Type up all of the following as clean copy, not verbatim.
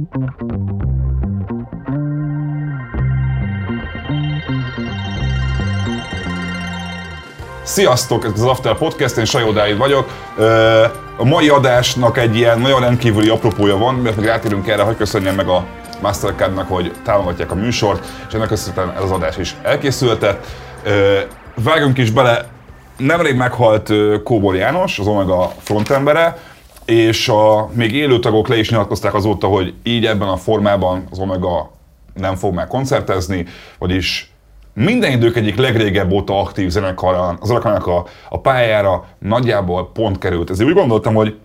Sziasztok, ez az After Podcast, én Sajó Dávid vagyok. A mai adásnak egy ilyen nagyon rendkívüli apropója van, mert még rátérünk erre, hogy köszönjem meg a Mastercardnak, hogy támogatják a műsort, és ennek köszönhetően ez az adás is elkészültet. Vágjunk is bele, nemrég meghalt Kóbor János, az Omega frontembere, és a még élő tagok le is nyilatkozták azóta, hogy így ebben a formában az Omega nem fog már koncertezni, vagyis minden idők egyik legrégebb óta aktív zenekarnak a pályájára nagyjából pont került. Ezért úgy gondoltam, hogy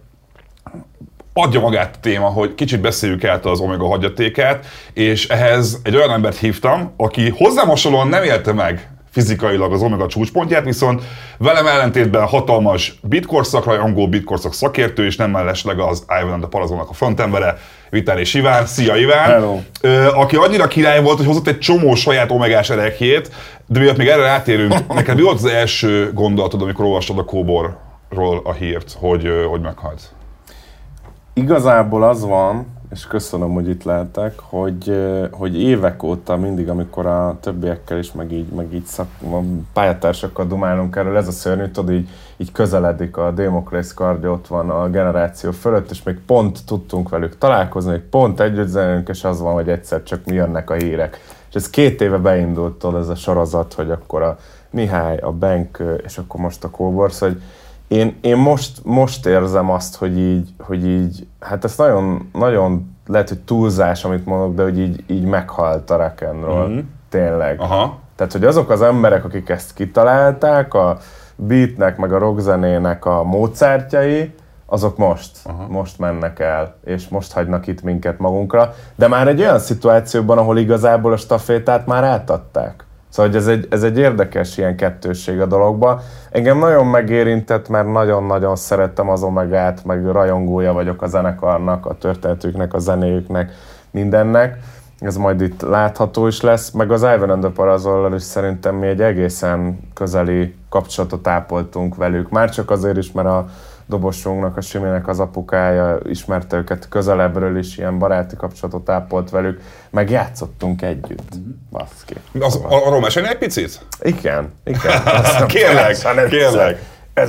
adja magát a téma, hogy kicsit beszéljük át az Omega hagyatékát, és ehhez egy olyan embert hívtam, aki hozzám hasonlóan nem élte meg fizikailag az Omega csúcspontját, viszont velem ellentétben hatalmas beatkorszakra, angol beatkorszak szakértő, és nem mellesleg az Ivan and the Parazonnak a frontembere, Vitális Iván. Szia Iván! Hello. Aki annyira király volt, hogy hozott egy csomó saját omegás erekjét, de miatt még erre rátérünk, neked mi volt az első gondolatod, amikor olvastad a Kóborról a hírt, hogy meghalt? Igazából az van, és köszönöm, hogy itt lehetek, hogy évek óta mindig, amikor a többiekkel is, meg így pályatársakkal dumálunk erről, ez a szörnyű, tudod, így közeledik a Damocles kardja, ott van a generáció fölött, és még pont tudtunk velük találkozni, még pont együtt zenélünk, és az van, hogy egyszer csak mi jönnek a hírek. És ez 2 éve beindult, tudod, ez a sorozat, hogy akkor a Mihály, a Benkő, és akkor most a Kóbor, szóval, én most érzem azt, hogy így, hát ez nagyon lehet, hogy túlzás, amit mondok, de hogy így meghalt a rock and roll, tényleg. Aha. Tehát, hogy azok az emberek, akik ezt kitalálták, a beatnek, meg a rockzenének a módszertjei, azok most mennek el, és most hagynak itt minket magunkra, de már egy olyan szituációban, ahol igazából a stafétát már átadták. Szóval hogy ez egy érdekes ilyen kettősség a dologban. Engem nagyon megérintett, mert nagyon-nagyon szerettem az Omegát, meg rajongója vagyok a zenekarnak, a történetüknek, a zenéjüknek, mindennek. Ez majd itt látható is lesz, meg az Ivan and the Parazollal is szerintem mi egy egészen közeli kapcsolatot ápoltunk velük. Már csak azért is, mert a dobosunknak, a Siminek az apukája ismerte őket közelebbről is, ilyen baráti kapcsolatot ápolt velük, meg játszottunk együtt. Baszki. Arról mesélni egy picit? Igen. Kérlek.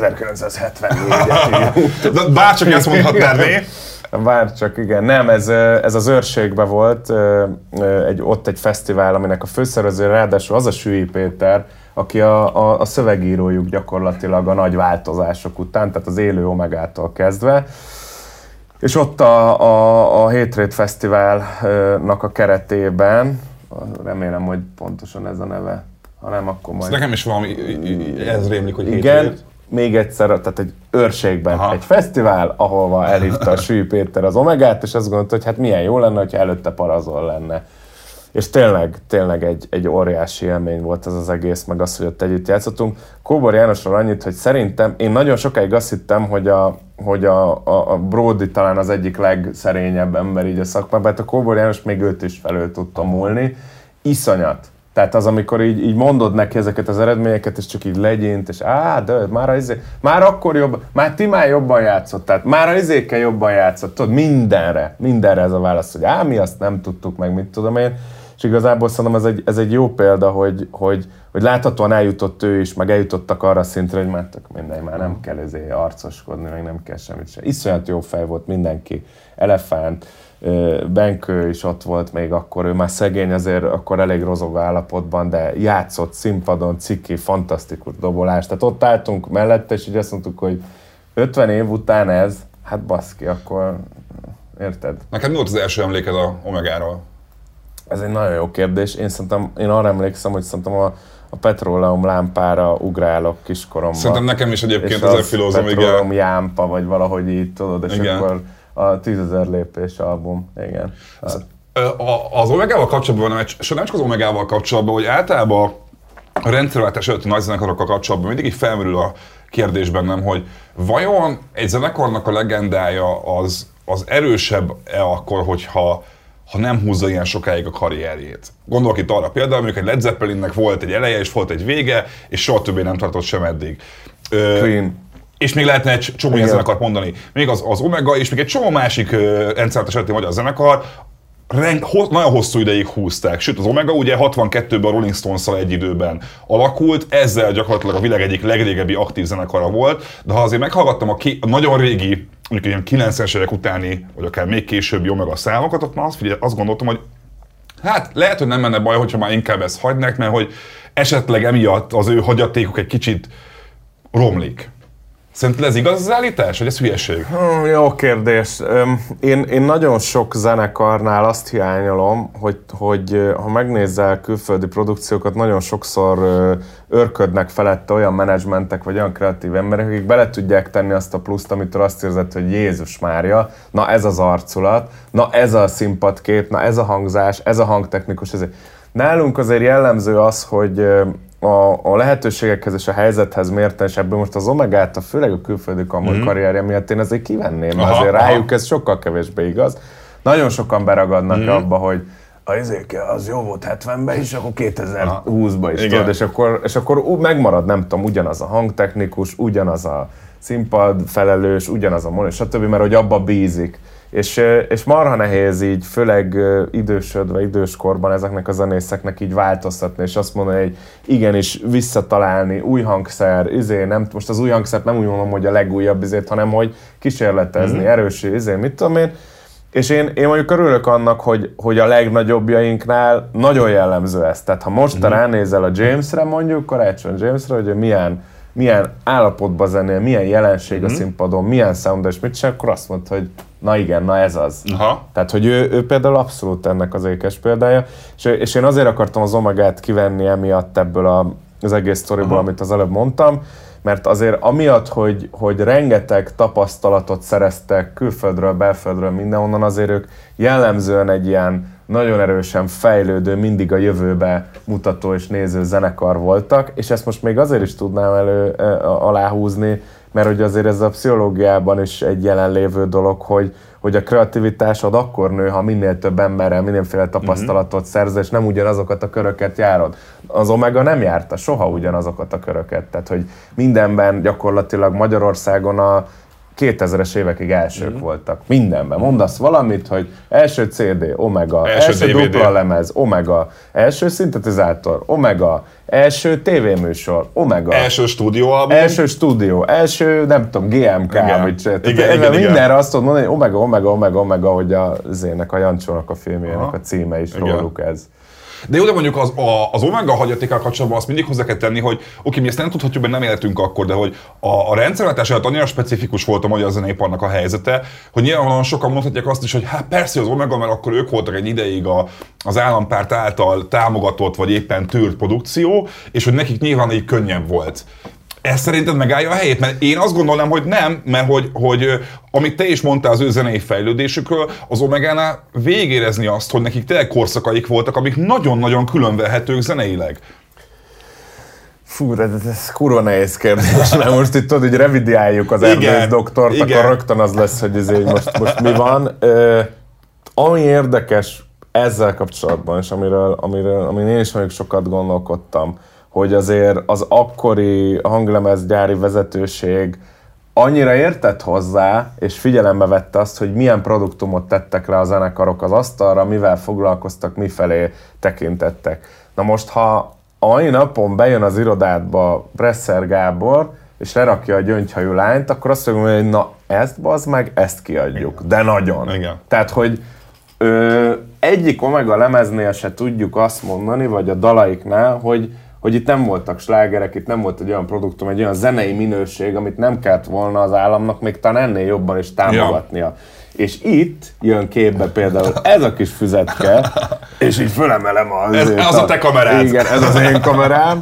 1974-et. Bárcsak ezt mondhatnád mi? Bárcsak, igen. Nem, ez az Őrségben volt, ott egy fesztivál, aminek a főszervező ráadásul az a Sülly Péter, aki a szövegírójuk gyakorlatilag a nagy változások után, tehát az élő Omegától kezdve. És ott a Hétrét Fesztiválnak a keretében, remélem, hogy pontosan ez a neve, ha nem, akkor majd... Nekem is valami, ez rémlik, hogy igen, Hétrét. még egyszer, tehát egy Őrségben egy fesztivál, ahova elhívta a Sülly Péter az Omegát, és azt gondolta, hogy hát milyen jó lenne, hogyha előtte Parazol lenne. És tényleg egy óriási élmény volt ez az egész, meg az, hogy ott együtt játszottunk. Kóbor Jánosról annyit, hogy szerintem, én nagyon sokáig azt hittem, hogy a Brody talán az egyik legszerényebb ember így a szakmában, hát a Kóbor János még őt is felül tudta múlni. Iszonyat. Tehát az, amikor így mondod neki ezeket az eredményeket, és csak így legyint, és de már akkor jobb, már ti már jobban játszott, tehát már a izékkel jobban játszott, tudod, mindenre ez a válasz, hogy mi azt nem tudtuk meg, mit tudom én, és igazából szerintem ez egy jó példa, hogy láthatóan eljutott ő is, meg eljutottak arra a szintre, hogy már nem kell arcoskodni, meg nem kell semmit sem. Iszonyat jó fej volt mindenki, Elefánt, Benkő is ott volt még akkor, ő már szegény, azért akkor elég rozog állapotban, de játszott színpadon, ciki, fantasztikus dobolás. Tehát ott álltunk mellette, és így azt mondtuk, hogy 50 év után ez, hát baszki, akkor érted? Neked mi volt az első emléked a Omegáról? Ez egy nagyon jó kérdés. Én arra emlékszem, hogy szerintem a petróleum lámpára ugrálok kiskoromban. Szerintem nekem is egyébként ez a filózom, igen. Petróleum jámpa, vagy valahogy így, tudod, és igen. Akkor a 10.000 lépés album, igen. Az Omegával kapcsolatban, nem csak az Omegával kapcsolatban, hogy általában a rendszerváltás előtti nagy zenekarokkal kapcsolatban mindig így felmerül a kérdés bennem, hogy vajon egy zenekarnak a legendája az erősebb-e akkor, hogyha nem húzza ilyen sokáig a karrierjét. Gondolok itt arra például, mondjuk egy Led Zeppelinnek volt egy eleje és volt egy vége, és soha többé nem tartott sem eddig. És még lehetne egy csomó ilyen zenekart mondani. Még az Omega és még egy csomó másik rendszerváltás előtti magyar zenekar, nagyon hosszú ideig húzták. Sőt, az Omega ugye 62-ben a Rolling Stones-szal egy időben alakult, ezzel gyakorlatilag a világ egyik legrégebbi aktív zenekara volt, de ha azért meghallgattam a nagyon régi, mondjuk ilyen 90-es évek utáni, vagy akár még későbbi Omega számokat, ott már azt gondoltam, hogy hát lehet, hogy nem menne baj, hogyha már inkább ezt hagynák, mert hogy esetleg emiatt az ő hagyatékuk egy kicsit romlik. Szerinted ez igaz az állítás, vagy ez hülyeség? Jó kérdés. Én nagyon sok zenekarnál azt hiányolom, hogy ha megnézzel külföldi produkciókat, nagyon sokszor őrködnek felette olyan menedzsmentek, vagy olyan kreatív emberek, akik bele tudják tenni azt a pluszt, amitől azt érzed, hogy Jézus Mária, na ez az arculat, na ez a színpadkép, na ez a hangzás, ez a hangtechnikus. Nálunk azért jellemző az, hogy a lehetőségekhez és a helyzethez mérten, és ebből most az Omegát, főleg a külföldi karrierje miatt én azért kivenném, mert azért rájuk ez sokkal kevésbé igaz. Nagyon sokan beragadnak abba, hogy az jó volt 70-ben is, akkor 2020-ban is, tudod, és akkor megmarad, nem tudom, ugyanaz a hangtechnikus, ugyanaz a színpad felelős, ugyanaz a monitor, stb., mert hogy abba bízik. És marha nehéz így, főleg idősödve, időskorban ezeknek a zenészeknek így változtatni, és azt mondani, hogy igenis visszatalálni, új hangszer, nem, most az új hangszert nem úgy mondom, hogy a legújabb hanem hogy kísérletezni, erősíteni, mit tudom én. És én mondjuk örülök annak, hogy a legnagyobbjainknál nagyon jellemző ez. Tehát ha most ránézel a Jamesre mondjuk, Karácsony Jamesre, hogy milyen állapotban zenél, milyen jelenség a színpadon, milyen sound és mit csinál, akkor azt mondta, hogy na igen, na ez az. Aha. Tehát, hogy ő például abszolút ennek az ékes példája, és én azért akartam az Omegát kivenni emiatt ebből az egész sztoriból, amit az előbb mondtam, mert azért amiatt, hogy rengeteg tapasztalatot szereztek külföldről, belföldről, mindenhonnan, azért ők jellemzően egy ilyen nagyon erősen fejlődő, mindig a jövőbe mutató és néző zenekar voltak, és ezt most még azért is tudnám aláhúzni, mert hogy azért ez a pszichológiában is egy jelenlévő dolog, hogy a kreativitásod akkor nő, ha minél több emberrel, mindenféle tapasztalatot szerzel, és nem ugyanazokat a köröket járod. Az Omega nem járta soha ugyanazokat a köröket, tehát hogy mindenben gyakorlatilag Magyarországon a 2000-es évekig elsők voltak. Mindenben. Mondasz valamit, hogy első CD, Omega, első dupla lemez, Omega, első szintetizátor, Omega, első tévéműsor, Omega. Első stúdióalbum. Első stúdió, első, nem tudom, GMK, igen. Mindenre azt tudod mondani, hogy Omega, hogy a Jancsónak a filmjének a címe is róluk ez. De jó, de mondjuk az Omega hagyatékkal kapcsolatban azt mindig hozzá kell tenni, hogy oké, mi ezt nem tudhatjuk, mert nem éltünk akkor, de hogy a rendszerváltás alatt annyira specifikus volt a magyar zeneiparnak a helyzete, hogy nyilvánvalóan sokan mondhatják azt is, hogy hát persze az Omega, mert akkor ők voltak egy ideig az állampárt által támogatott vagy éppen tűrt produkció, és hogy nekik nyilván így könnyebb volt. Ez szerinted megállja a helyét? Mert én azt gondolnám, hogy nem, mert hogy amit te is mondtál az ő zenei fejlődésükről, az Omegánál végérezni azt, hogy nekik tényleg korszakaik voltak, amik nagyon-nagyon különvelhetők zeneileg. Fú, ez kurva nehéz kérdés, mert most itt tudod, hogy revidiáljuk az Erdős doktort, akkor rögtön az lesz, hogy most mi van. Ami érdekes ezzel kapcsolatban, és amin én is mondjuk sokat gondolkodtam, hogy azért az akkori hanglemezgyári vezetőség annyira értett hozzá, és figyelembe vette azt, hogy milyen produktumot tettek le a zenekarok az asztalra, mivel foglalkoztak, mifelé tekintettek. Na most, ha a mai napon bejön az irodádba Presser Gábor, és lerakja a gyöngyhajú lányt, akkor azt mondja, hogy na ezt bazd meg, ezt kiadjuk. De nagyon. Igen. Tehát, hogy egyik Omega lemeznél se tudjuk azt mondani, vagy a dalaiknál, hogy itt nem voltak slágerek, itt nem volt egy olyan produktum, egy olyan zenei minőség, amit nem kellett volna az államnak még talán ennél jobban is támogatnia. Ja. És itt jön képbe például ez a kis füzetke, és így fölemelem az a te kamerád. Igen, ez az én kamerám,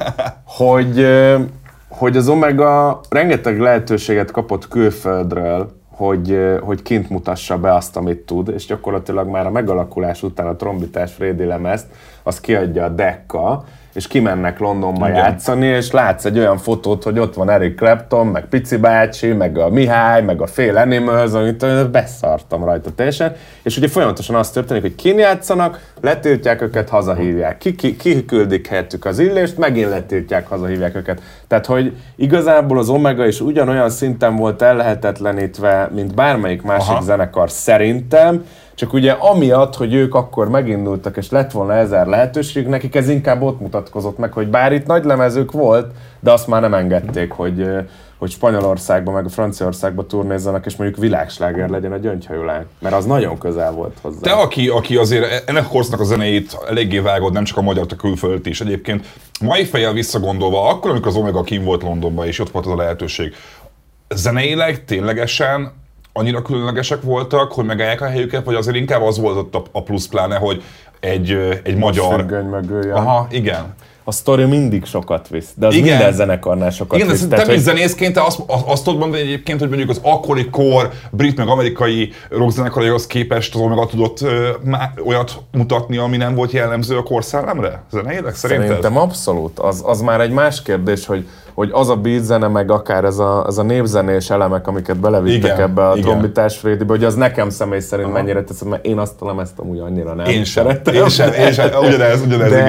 hogy az Omega rengeteg lehetőséget kapott külföldről, hogy kint mutassa be azt, amit tud, és gyakorlatilag már a megalakulás után a trombitás Frédi lemezt, azt kiadja a Decca, és kimennek Londonba játszani, és látsz egy olyan fotót, hogy ott van Eric Clapton, meg Pici bácsi, meg a Mihály, meg a Phil Animals, amit beszartam rajta teljesen, és ugye folyamatosan az történik, hogy kin játszanak, letiltják őket, hazahívják. Kiküldik helyettük az illést, megint letiltják, hazahívják őket. Tehát, hogy igazából az Omega is ugyanolyan szinten volt ellehetetlenítve, mint bármelyik másik zenekar szerintem, Csak ugye amiatt, hogy ők akkor megindultak, és lett volna 1000 lehetőség, nekik ez inkább ott mutatkozott meg, hogy bár itt nagy lemezük volt, de azt már nem engedték, hogy Spanyolországban, meg a Franciaországban turnézzanak, és mondjuk világsláger legyen a Gyöngyhajú-lány, mert az nagyon közel volt hozzá. Te, aki azért ennek a korszaknak a zenéit eléggé vágod, nem csak a magyar, a külföldet is egyébként, mai fejjel visszagondolva, akkor, amikor az Omega kim volt Londonban, és ott volt az a lehetőség, zeneileg ténylegesen annyira különlegesek voltak, hogy megállják a helyüket, vagy azért inkább az volt ott a plusz pláne, hogy egy magyar... Függöny mögül, Aha, igen. A sztori mindig sokat visz, de az igen. Minden zenekarnál sokat visz. Igen, te mint zenészként te azt tudod mondani egyébként, hogy mondjuk az akkori kor brit meg amerikai rockzenekaraihoz képest az Omega tudott olyat mutatni, ami nem volt jellemző a korszellemre? Zeneileg szerinted? Szerintem abszolút. Az már egy más kérdés, hogy az a beat zene, meg akár ez a népzenés elemek, amiket belevittek ebbe a trombitás Frédibe, hogy az nekem személy szerint mennyire teszem, mert én azt a lemezt amúgy annyira nem szerettem. Én sem, ugyanez,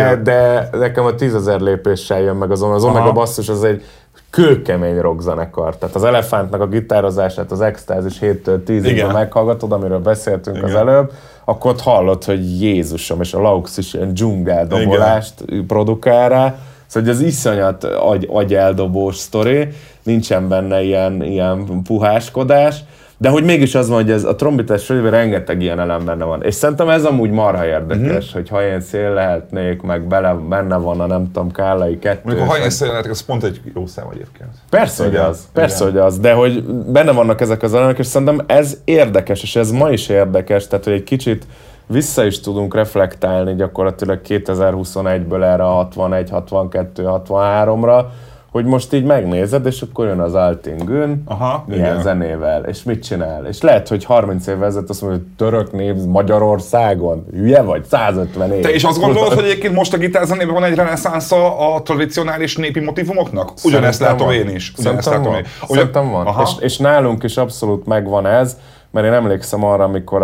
de nekem a 10 000 lépéssel jön meg az Omega basszus, az egy kőkemény rockzenekar. Tehát az Elefántnak a gitározását, az Extázis 7-től 10-ig meghallgatod, amiről beszéltünk az előbb, akkor ott hallod, hogy Jézusom, és a Laux is ilyen dzsungel dobolást produkál rá. Szóval az iszonyat agyeldobós sztori, nincsen benne ilyen puháskodás, de hogy mégis az van, hogy ez a trombitás Frédiben rengeteg ilyen elem benne van. És szerintem ez amúgy marha érdekes, hogy ha én szél lehetnék, meg benne van a nem tudom, Kállai 2. Mondjuk ha én szél lehetnék, az pont egy jó szám egyébként. Persze, hogy az, de hogy benne vannak ezek az elemek, és szerintem ez érdekes, és ez ma is érdekes, tehát hogy egy kicsit vissza is tudunk reflektálni gyakorlatilag 2021-ből erre a 61, 62, 63-ra, hogy most így megnézed, és akkor jön az Altingün, milyen zenével, és mit csinál. És lehet, hogy 30 évvel ezelőtt azt mondja, hogy török név Magyarországon, hülye vagy, 150 év. Te is azt gondolod, hogy egyébként most a gitárzenében van egy reneszánsza a tradicionális népi motivumoknak? Ugyanezt látom én is. Szerintem van. És nálunk is abszolút megvan ez, mert én emlékszem arra,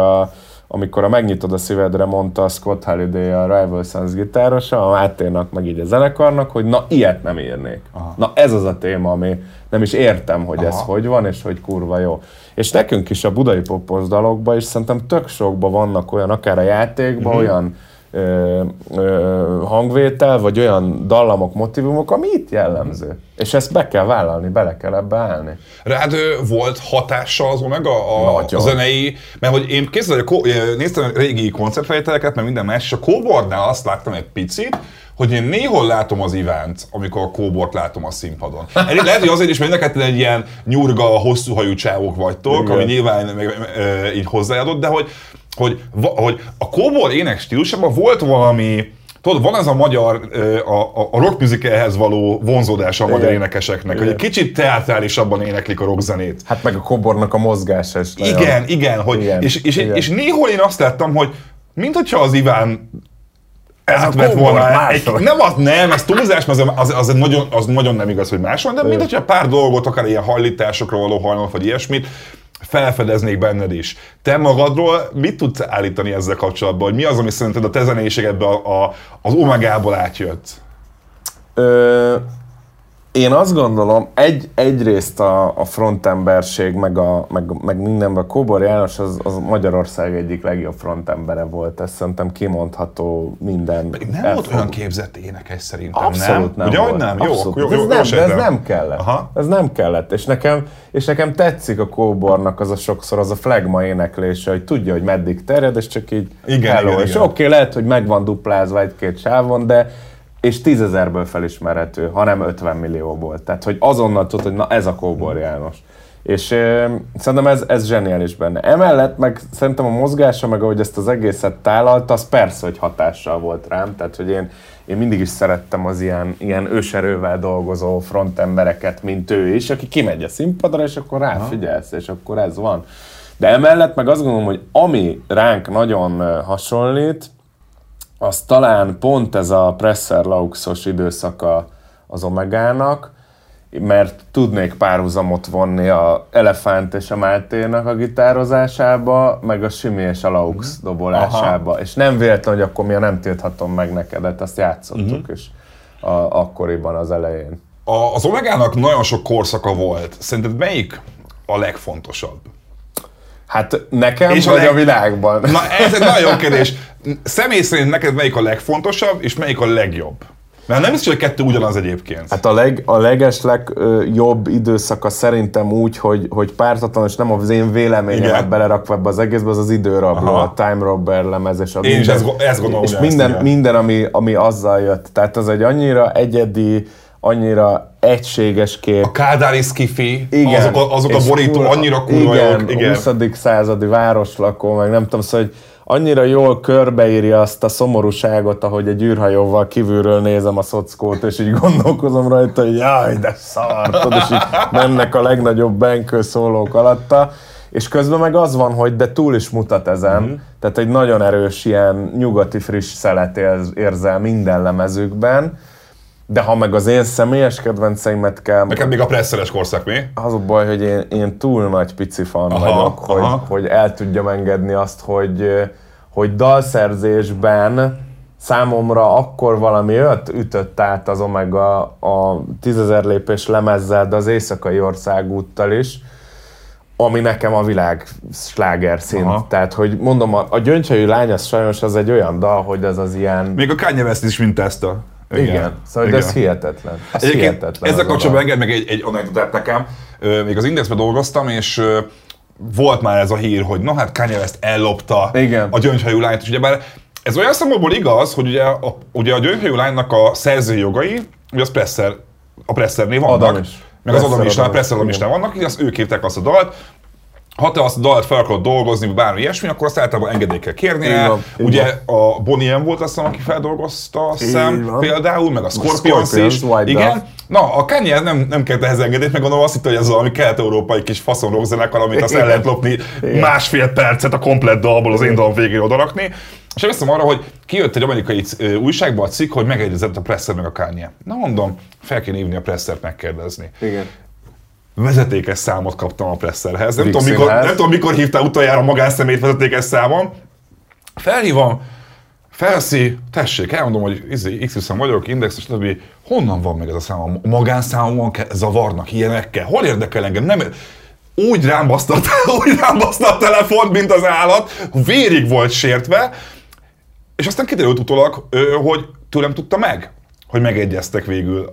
amikor a Megnyitod a szívedre mondta a Scott Halliday, a Rival Sons gitárosa, a Máténak, meg így a zenekarnak, hogy na, ilyet nem írnék. Na, ez az a téma, ami nem is értem, hogy ez hogy van, és hogy kurva jó. És nekünk is a budai popos dalokban is szerintem tök sokban vannak olyan, akár a játékban, olyan hangvétel, vagy olyan dallamok, motivumok, ami itt jellemző. És ezt be kell vállalni, bele kell ebbe állni. Rád volt hatással az Omega a zenei, mert hogy én néztem a régi koncertfelvételeket, meg minden más, és a Kóbornál azt láttam egy picit, hogy én néhol látom az Ivánt, amikor a Kóbort látom a színpadon. Lehet, hogy azért is, mert neked egy ilyen nyurga, hosszú hajú csávok vagytok, ami nyilván így hozzáadott, de hogy a Kóbor ének stílusában volt valami, tudod, van ez a magyar, a rock musicalhez való vonzódása a magyar énekeseknek, hogy egy kicsit teátrálisabban éneklik a rockzenét. Hát meg a Kóbornak a mozgása is. Igen, és néhol én azt láttam, hogy minthogyha az Iván átvett volna. Nem, ez túlzás, mert az nagyon nem igaz, hogy más van, de minthogyha pár dolgot, akár ilyen hajlításokra való hajlamot, vagy ilyesmit, felfedeznék benned is. Te magadról mit tudsz állítani ezzel kapcsolatban? Hogy mi az, ami szerinted a te zenéségedben az Omegából átjött? Én azt gondolom, egyrészt a frontemberség, meg mindenben a Kóbor János az Magyarország egyik legjobb frontembere volt, ez szerintem kimondható minden. Pedig nem volt olyan képzett énekes szerintem, abszolút nem ugye, volt. Nem? Abszolút. Jó, ez nem kellett. Ez nem kellett. És nekem tetszik a Kóbornak az a sokszor az a flagma éneklése, hogy tudja, hogy meddig terjed, és csak így hello. És oké, lehet, hogy meg van duplázva egy-két sávon, de és 10 000-ből felismerhető, hanem 50 millióból. Tehát, hogy azonnal tudod, hogy na ez a Kóbor János. És szerintem ez zseniális benne. Emellett meg szerintem a mozgása, meg ahogy ezt az egészet tálalta, az persze, hogy hatással volt rám. Tehát, hogy én mindig is szerettem az ilyen őserővel dolgozó frontembereket, mint ő is, aki kimegy a színpadra, és akkor ráfigyelsz, és akkor ez van. De emellett meg azt gondolom, hogy ami ránk nagyon hasonlít, az talán pont ez a Presser-Lauxos időszaka az Omegának, mert tudnék párhuzamot vonni a Elefánt és a Máténak a gitározásába, meg a Simi és a Laux dobolásába. És nem véletlen, hogy akkor mi a Nem tilthatom meg nekedet, azt játszottuk is akkoriban az elején. Az Omegának nagyon sok korszaka volt. Szerinted melyik a legfontosabb? Hát nekem és vagy a világban? Na ez egy nagyon jó kérdés. Személy szerint neked melyik a legfontosabb, és melyik a legjobb? Mert nem biztos, hogy a kettő ugyanaz egyébként. Hát a legeslegjobb időszaka szerintem úgy, hogy pártatlan, és nem az én véleményemet belerakva ebbe az egészbe, az időrabló, a Time Robber lemez, és én is ezt gondolom. És minden ami azzal jött. Tehát az egy annyira egyedi, annyira egységes kép. A kádári skifi, azok a borító, annyira kurva jók. Igen, 20. századi városlakó, meg nem tudom, szóval, hogy annyira jól körbeírja azt a szomorúságot, ahogy egy űrhajóval kívülről nézem a szockót, és így gondolkozom rajta, hogy jaj, de szartod, és így mennek a legnagyobb benkő szólók alatta. És közben meg az van, hogy de túl is mutat ezen, tehát egy nagyon erős ilyen nyugati friss szelet érzel minden lemezükben, de ha meg az én személyes kedvenceimet kell... Neked még a presszeres korszak, mi? Az a baj, hogy én túl nagy pici fan vagyok, hogy el tudjam engedni azt, hogy dalszerzésben számomra akkor valami ütött át az Omega a 10.000 lépés lemezzel, de az Éjszakai Országúttal is, ami nekem a világ sláger szint. Tehát, hogy mondom, a Gyöngyhajú lány az sajnos az egy olyan dal, hogy az az ilyen... Még a Kanye West is mintázta. Igen. Szóval ez hihetetlen. Ezzel kapcsolatban enged meg egy anekdotát nekem. Még az Indexben dolgoztam, és volt már ez a hír, hogy na hát Kanye West ellopta a Gyöngyhajú lányt. És ugyebár ez olyan szempontból igaz, hogy ugye a Gyöngyhajú lánynak a szerzői jogai, ugye az a Pressernél vannak. Meg az Adam is, a Presser Adam is vannak, így azt ők írták azt a dalt. Ha te azt a dalt fel akarod dolgozni, bármi ilyesmi, akkor azt általában engedélyt kell kérnie. Ugye a Bonnie M volt azt hiszem, aki feldolgozta például, meg a Scorpions is. Igen. Na, a Kanye nem kért ehhez engedélyt, meg gondolom azt hitt, hogy ez valami kelet-európai kis faszon rockzenekar, amit azt el lehet lopni másfél percet a komplett dalból az én dalom végén odarakni. És emlékszem arra, hogy kijött egy amerikai újságba a cikk, hogy megegyezett a Presser meg a Kanye. Na mondom, fel kéne hívni a Pressert megkérdezni. Igen. Vezetékes számot kaptam a Presserhez. Nem tudom, mikor hívtál utoljára magánszemélyt vezetékes számon. Felhívom, Felszi, tessék, elmondom, hogy XY vagyok, Index, stb. Honnan van meg ez a szám? A magánszámon zavarnak ilyenekkel? Hol érdekel engem? Nem, úgy rám baszta a telefont, mint az állat, vérig volt sértve, és aztán kiderült utólag, hogy tőlem tudta meg, hogy megegyeztek végül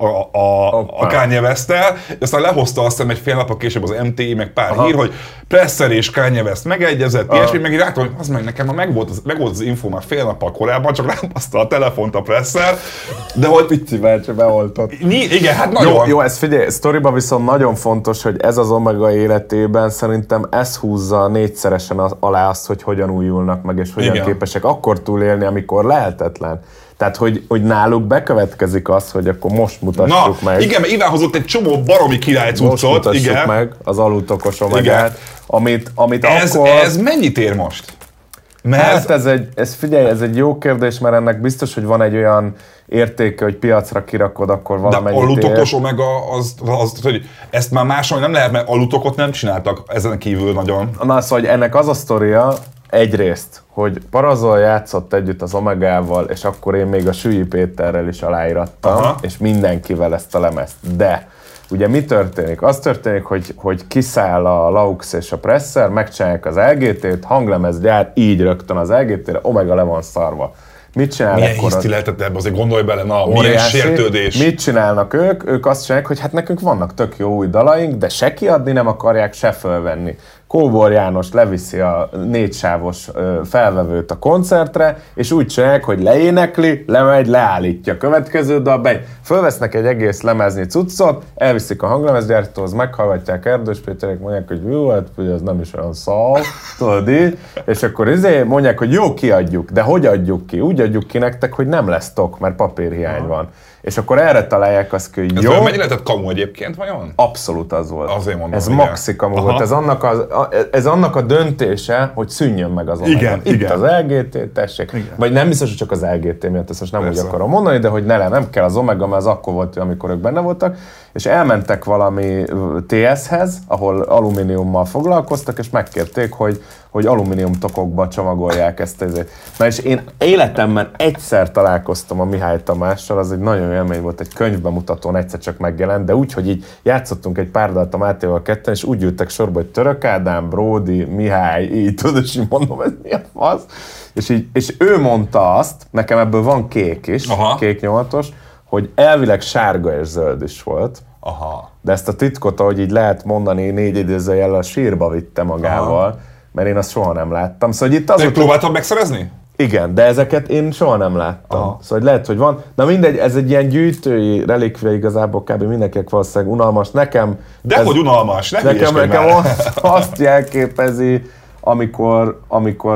a Kanye West-tel, aztán lehozta azt hiszem egy fél nappal később az MTI, meg pár hír, hogy Presser és Kanye West megegyezett, és meg így rátom, hogy az meg nekem már megvolt az info már fél nappal korábban, csak rám baszta a telefont a Presser, de hogy... Pici bácsi beoltott. Igen, hát nagyon. Jó, ez figyelj, sztoriban viszont nagyon fontos, hogy ez az Omega életében szerintem ez húzza négyszeresen alá azt, hogy hogyan újulnak meg, és hogyan képesek akkor túlélni, amikor lehetetlen. Tehát, hogy náluk bekövetkezik az, hogy akkor most mutassuk meg. Igen, mert Iván hozott egy csomó baromi királycuccot. Most mutassuk meg az alutokos Omegát, amit akkor... Ez mennyit ér most? Hát ez egy jó kérdés, mert ennek biztos, hogy van egy olyan értéke, hogy piacra kirakod, akkor valamennyit ér. De alutokos Omega, az, hogy ezt már máshol nem lehet, mert alutokot nem csináltak ezen kívül nagyon. Na, szóval ennek az a sztoria, egyrészt, hogy Parazol játszott együtt az Omegával, és akkor én még a Sülly Péterrel is aláírattam, és mindenkivel ezt a lemezt. De ugye mi történik? Az történik, hogy kiszáll a Laux és a Presser, megcsinálják az LGT-t, hanglemezgyár, így rögtön az LGT-re, Omega le van szarva. Mit csinál milyen hiszti lehetett ebbe, azért gondolj bele, milyen sértődés. Mit csinálnak ők? Ők azt csinálják, hogy hát nekünk vannak tök jó új dalaink, de se kiadni nem akarják, se fölvenni. Kóbor János leviszi a 4 sávos felvevőt a koncertre, és úgy csinálják, hogy leénekli, lemegy, leállítja. Következő dalban fölvesznek egy egész lemeznyi cuccot, elviszik a hanglemezgyártóhoz, meghallgatják Erdős Péterek, mondják, hogy jó, hát ez nem is olyan szal, tudod így, és akkor mondják, hogy jó, kiadjuk, de hogy adjuk ki? Úgy adjuk ki nektek, hogy nem lesz tok, mert papírhiány van. És akkor erre találják azt, hogy jó. Ez mennyi lehetett kamu egyébként vajon? Abszolút az volt. Azért mondom, ez maxi kamu volt. Ez annak a döntése, hogy szűnjön meg az Omega. Itt az LGT, tessék. Igen. Vagy nem biztos, hogy csak az LGT miatt, ezt most nem úgy akarom mondani, de hogy nem kell az Omega, mert az akkor volt, amikor ők benne voltak. És elmentek valami TS-hez, ahol alumíniummal foglalkoztak, és megkérték, hogy alumínium tokokba csomagolják ezt. Na és én életemben egyszer találkoztam a Mihály Tamással, az egy nagyon élmény volt, egy könyvbemutatón egyszer csak megjelent, de úgy, hogy így játszottunk egy pár dalt a Mátéval ketten, és úgy ültek sorba, hogy Török Ádám, Bródi, Mihály, így tudod, és így mondom, ez mi a fasz? És ő mondta azt, nekem ebből van kék is, kék 8-os, hogy elvileg sárga és zöld is volt. Aha. De ezt a titkot, ahogy így lehet mondani, 4 idézőjellel a sírba vitte magával, mert én azt soha nem láttam. Szóval itt azok... próbáltam megszerezni? Igen, de ezeket én soha nem láttam. Aha. Szóval hogy lehet, hogy van. Na mindegy, ez egy ilyen gyűjtői relikvia igazából kb. Mindenkinek valószínűleg unalmas. Nekem... Dehogy unalmas, nekem azt jelképezi, amikor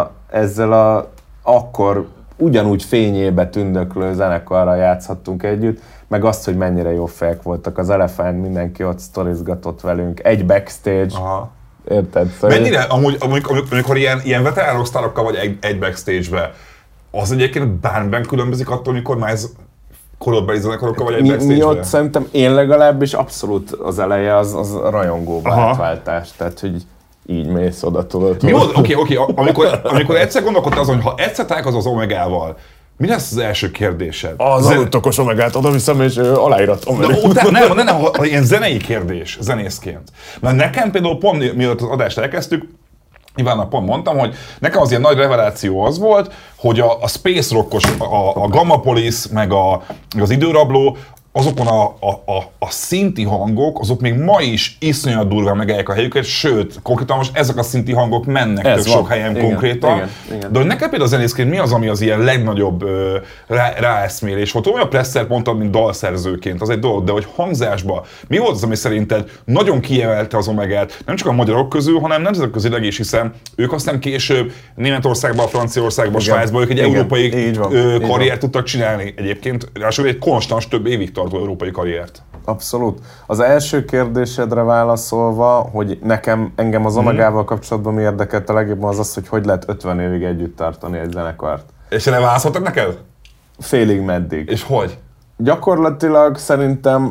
ezzel akkor ugyanúgy fényébe tündöklő zenekarral játszhattunk együtt, meg azt, hogy mennyire jó fejek voltak. Az Elephant, mindenki ott sztorizgatott velünk. Egy backstage. Aha. Érted? Szóval mennyire, amikor ilyen veterán rockstárokkal vagy egy backstage-be, az egyébként bármiben különbözik attól, amikor már ez korodbeli zenekarokkal vagy egy backstage-be? Mi ott szerintem én legalábbis abszolút az eleje az rajongóba átváltás. Tehát, hogy így mész oda, tudod. Oké. Amikor egyszer gondolkodtál azon, hogy ha egyszer találkozol az Omegával, mi lesz az első kérdésed? Az aludtokos Omegát odaviszem, és aláíratom. Nem, ilyen zenei kérdés, zenészként. Mert nekem például pont mielőtt az adást elkezdtük, Ivánnak pont mondtam, hogy nekem az ilyen nagy reveláció az volt, hogy a space rockos, a Gamma Police, meg az Időrabló, azokon a szinti hangok, azok még ma is iszonyat durván megállják a helyüket, sőt, konkrétan most ezek a szinti hangok mennek tök sok helyen konkrétan. Igen. De hogy neked például a zenészként mi az, ami az ilyen legnagyobb ráeszmélés volt? Olyan presszer mondtad, mint dalszerzőként, az egy dolog, de hogy hangzásban mi volt az, ami szerinted nagyon kiemelte az Omegát, nem csak a magyarok közül, hanem nemzetközileg is, hiszen ők aztán később Németországban, Franciaországban, Svájcban, ők egy európai karriert tudtak csinálni egyébként, ráadásul egy konstans több évig tartó európai karriert. Abszolút. Az első kérdésedre válaszolva, hogy engem az Omegával kapcsolatban mi érdekelt a legjobban az, hogy lehet 50 évig együtt tartani egy zenekart. És ne válaszoltak neked? Félig meddig. És hogy? Gyakorlatilag szerintem